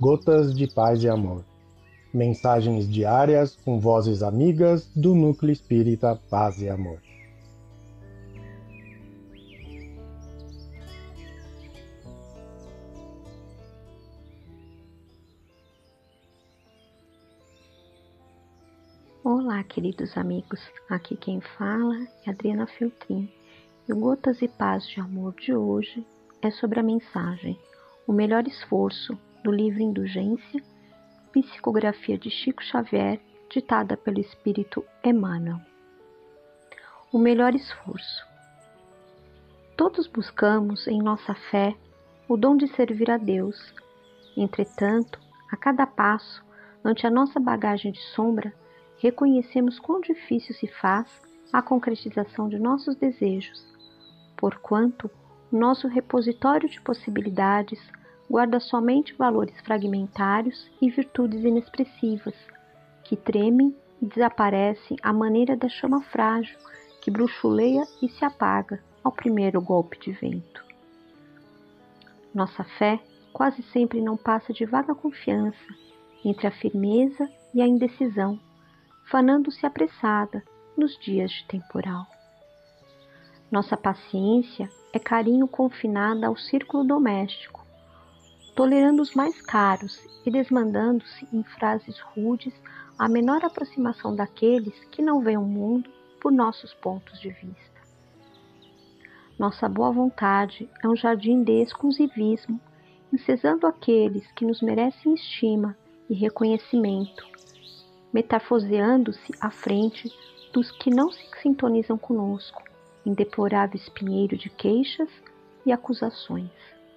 Gotas de Paz e Amor. Mensagens diárias com vozes amigas do Núcleo Espírita Paz e Amor. Olá, queridos amigos. Aqui quem fala é Adriana Feltrin. E o Gotas e Paz de Amor de hoje é sobre a mensagem O Melhor Esforço, do livro Indulgência, psicografia de Chico Xavier, ditada pelo Espírito Emmanuel. O melhor esforço. Todos buscamos em nossa fé o dom de servir a Deus. Entretanto, a cada passo, ante a nossa bagagem de sombra, reconhecemos quão difícil se faz a concretização de nossos desejos, porquanto o nosso repositório de possibilidades guarda somente valores fragmentários e virtudes inexpressivas, que tremem e desaparecem à maneira da chama frágil que bruxuleia e se apaga ao primeiro golpe de vento. Nossa fé quase sempre não passa de vaga confiança entre a firmeza e a indecisão, fanando-se apressada nos dias de temporal. Nossa paciência é carinho confinada ao círculo doméstico, tolerando os mais caros e desmandando-se em frases rudes a menor aproximação daqueles que não veem o mundo por nossos pontos de vista. Nossa boa vontade é um jardim de exclusivismo, encesando aqueles que nos merecem estima e reconhecimento, metafoseando-se à frente dos que não se sintonizam conosco, em deplorável espinheiro de queixas e acusações.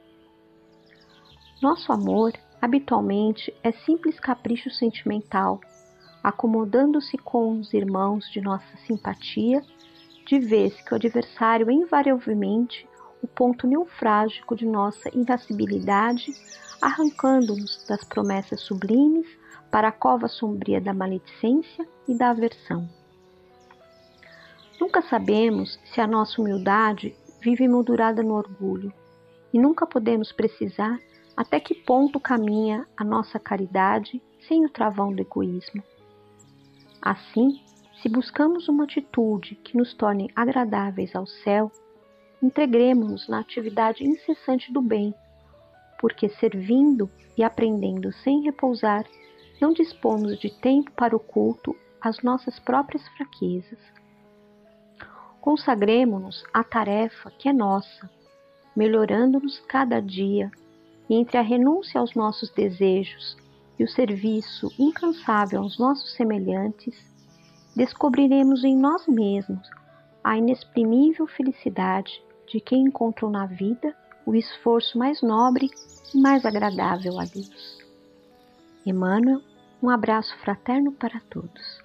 Nosso amor, habitualmente, é simples capricho sentimental, acomodando-se com os irmãos de nossa simpatia, de vez que o adversário é invariavelmente o ponto neufrágico de nossa irascibilidade, arrancando-nos das promessas sublimes para a cova sombria da maledicência e da aversão. Nunca sabemos se a nossa humildade vive moldurada no orgulho, e nunca podemos precisar até que ponto caminha a nossa caridade sem o travão do egoísmo. Assim, se buscamos uma atitude que nos torne agradáveis ao céu, entreguemo-nos na atividade incessante do bem, porque servindo e aprendendo sem repousar, não dispomos de tempo para o culto às nossas próprias fraquezas. Consagremo-nos à tarefa que é nossa, melhorando-nos cada dia, e entre a renúncia aos nossos desejos e o serviço incansável aos nossos semelhantes, descobriremos em nós mesmos a inexprimível felicidade de quem encontrou na vida o esforço mais nobre e mais agradável a Deus. Emmanuel, um abraço fraterno para todos.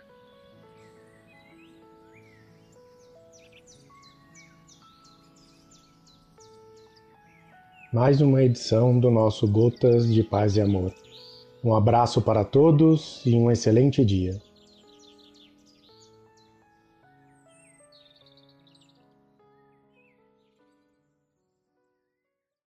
Mais uma edição do nosso Gotas de Paz e Amor. Um abraço para todos e um excelente dia.